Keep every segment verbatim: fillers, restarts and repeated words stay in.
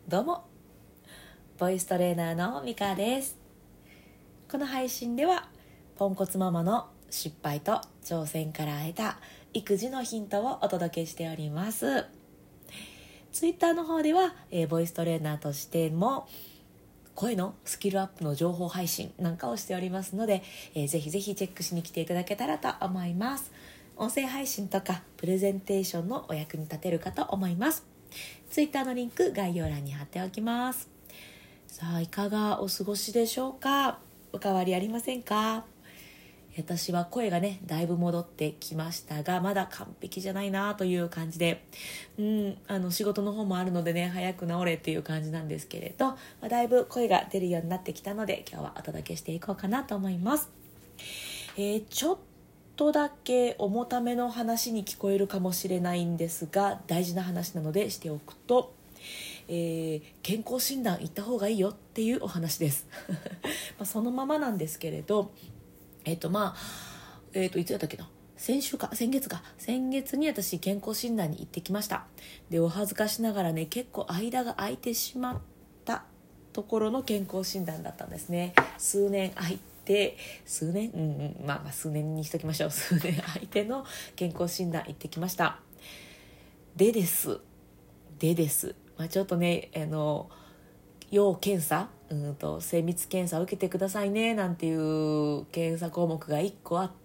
どうも、ボイストレーナーのミカです。この配信ではポンコツママの失敗と挑戦から得た育児のヒントをお届けしております。ツイッターの方では、えー、ボイストレーナーとしても声のスキルアップの情報配信なんかをしておりますので、えー、ぜひぜひチェックしに来ていただけたらと思います。音声配信とかプレゼンテーションのお役に立てるかと思います。ツイッターのリンク概要欄に貼っておきます。さあ、いかがお過ごしでしょうか。お変わりありませんか。私は声がねだいぶ戻ってきましたが、まだ完璧じゃないなという感じで、うんあの仕事の方もあるのでね、早く治れっていう感じなんですけれど、まあ、だいぶ声が出るようになってきたので、今日はお届けしていこうかなと思います。えー、ちょっとだけ重ための話に聞こえるかもしれないんですが、大事な話なのでしておくと、えー、健康診断行った方がいいよっていうお話ですまあそのままなんですけれど、えっ、ー、とまあえっ、ー、といつやったっけな、先週か先月か先月に私健康診断に行ってきました。で、お恥ずかしながらね、結構間が空いてしまったところの健康診断だったんですね。数年空いて数年うんうんまあまあ数年にしときましょう。数年空いての健康診断行ってきました。でですでですまあ、ちょっとね、あの要検査、うんと精密検査を受けてくださいねなんていう検査項目がいっこあって、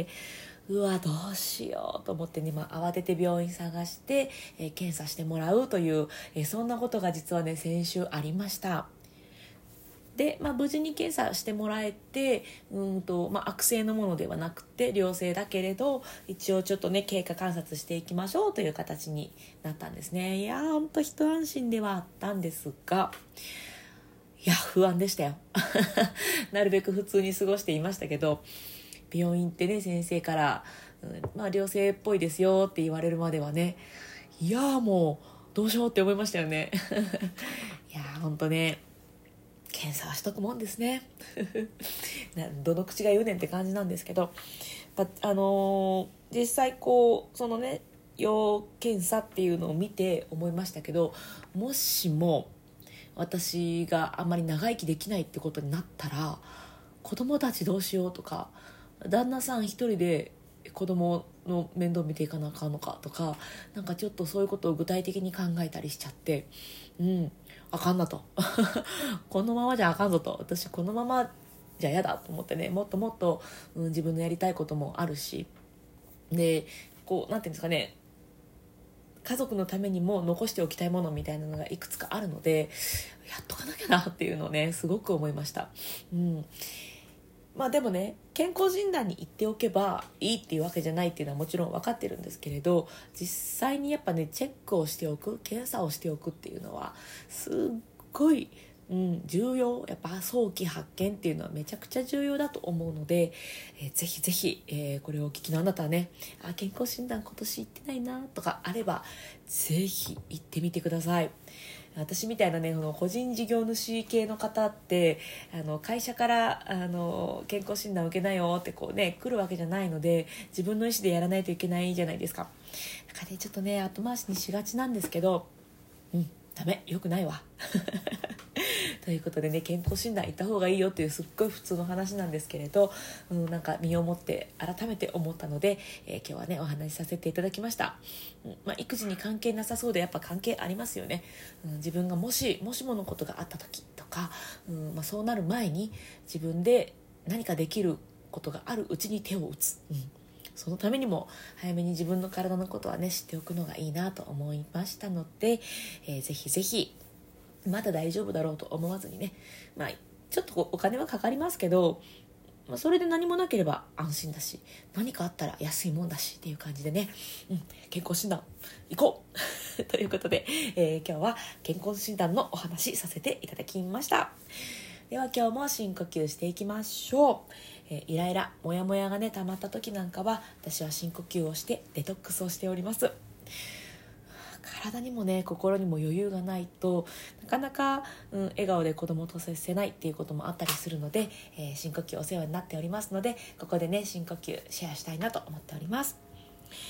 うわどうしようと思ってね、まあ、慌てて病院探して、えー、検査してもらうという、えー、そんなことが実はね先週ありました。で、まあ、無事に検査してもらえて、うんと、まあ、悪性のものではなくて良性だけれど、一応ちょっとね経過観察していきましょうという形になったんですね。いやーほんと一安心ではあったんですが、いや不安でしたよなるべく普通に過ごしていましたけど、病院ってね先生から、うん、まあ良性っぽいですよって言われるまではね、いやーもうどうしようって思いましたよねいやーほんとね、検査はしとくもんですねどの口が言うねんって感じなんですけど、あのー、実際こうそのね要検査っていうのを見て思いましたけど、もしも私があんまり長生きできないってことになったら、子供たちどうしようとか、旦那さん一人で子供の面倒見ていかなあかんのかとか、なんかちょっとそういうことを具体的に考えたりしちゃって、うんあかんなとこのままじゃあかんぞと、私このままじゃ嫌だと思ってね、もっともっと、うん、自分のやりたいこともあるし、でこうなんていうんですかね、家族のためにも残しておきたいものみたいなのがいくつかあるので、やっとかなきゃなっていうのをねすごく思いました。うんまあでもね、健康診断に行っておけばいいっていうわけじゃないっていうのはもちろん分かってるんですけれど、実際にやっぱねチェックをしておく、検査をしておくっていうのはすっごい、うん、重要。やっぱ早期発見っていうのはめちゃくちゃ重要だと思うので、えー、ぜひぜひ、えー、これをお聞きのあなたはね、あ健康診断今年行ってないなとかあればぜひ行ってみてください。私みたいなね、この個人事業主系の方ってあの会社からあの健康診断受けなよってこうね来るわけじゃないので、自分の意思でやらないといけないじゃないですか。だからねちょっとね後回しにしがちなんですけど、うんダメ、よくないわということでね、健康診断行った方がいいよっていうすっごい普通の話なんですけれど、うん、なんか身をもって改めて思ったので、えー、今日はねお話しさせていただきました。うんまあ、育児に関係なさそうでやっぱ関係ありますよね。うん、自分がもしもしものことがあった時とか、うんまあ、そうなる前に自分で何かできることがあるうちに手を打つ、うん、そのためにも早めに自分の体のことはね知っておくのがいいなと思いましたので、えー、ぜひぜひまだ大丈夫だろうと思わずにね、まあ、ちょっとお金はかかりますけど、まあ、それで何もなければ安心だし、何かあったら安いもんだしっていう感じでね、うん、健康診断行こうということで、えー、今日は健康診断のお話させていただきました。では今日も深呼吸していきましょう。えー、イライラモヤモヤがね溜まった時なんかは私は深呼吸をしてデトックスをしております。体にもね心にも余裕がないとなかなか、うん、笑顔で子供と接せないっていうこともあったりするので、えー、深呼吸お世話になっておりますので、ここでね深呼吸シェアしたいなと思っております。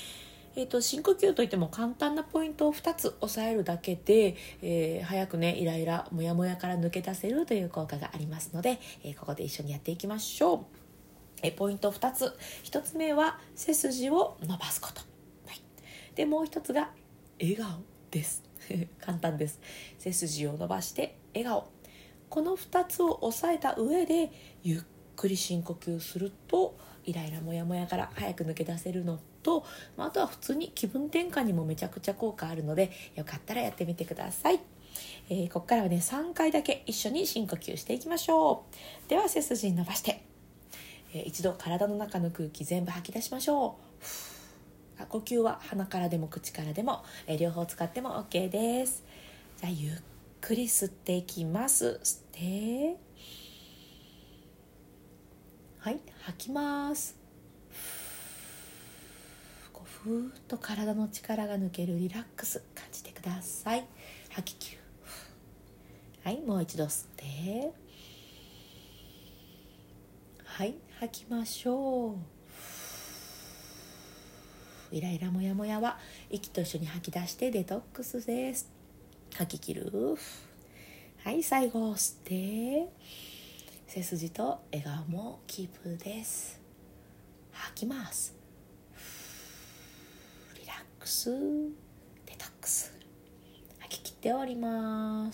えー、と深呼吸といっても簡単なポイントをふたつ押さえるだけで、えー、早くねイライラモヤモヤから抜け出せるという効果がありますので、えー、ここで一緒にやっていきましょう。えー、ポイントふたつ、ひとつめは背筋を伸ばすこと、はい、でもう一つが笑顔です簡単です。背筋を伸ばして笑顔、このふたつを押さえた上でゆっくり深呼吸するとイライラモヤモヤから早く抜け出せるのと、あとは普通に気分転換にもめちゃくちゃ効果あるので、よかったらやってみてください。えー、ここからはねさんかいだけ一緒に深呼吸していきましょう。では背筋伸ばして、えー、一度体の中の空気全部吐き出しましょう。呼吸は鼻からでも口からでも、えー、両方使っても OK です。じゃあゆっくり吸っていきます。吸って、はい、吐きます。こうふーっと体の力が抜けるリラックス感じてください。吐き切る。はい、もう一度吸って、はい、吐きましょう。イライラモヤモヤは息と一緒に吐き出してデトックスです。吐き切る。はい、最後吸って、背筋と笑顔もキープです。吐きます。リラックス、デトックス、吐き切っております。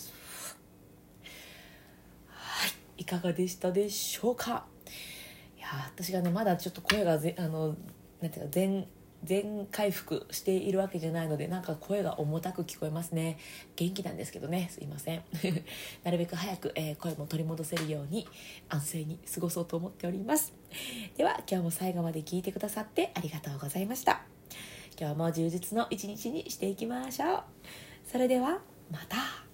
はい、いかがでしたでしょうか。いや私がねまだちょっと声がぜあのなんていうか全全回復しているわけじゃないので、なんか声が重たく聞こえますね。元気なんですけどね、すいませんなるべく早く、えー、声も取り戻せるように安静に過ごそうと思っております。では今日も最後まで聞いてくださってありがとうございました。今日も充実の一日にしていきましょう。それではまた。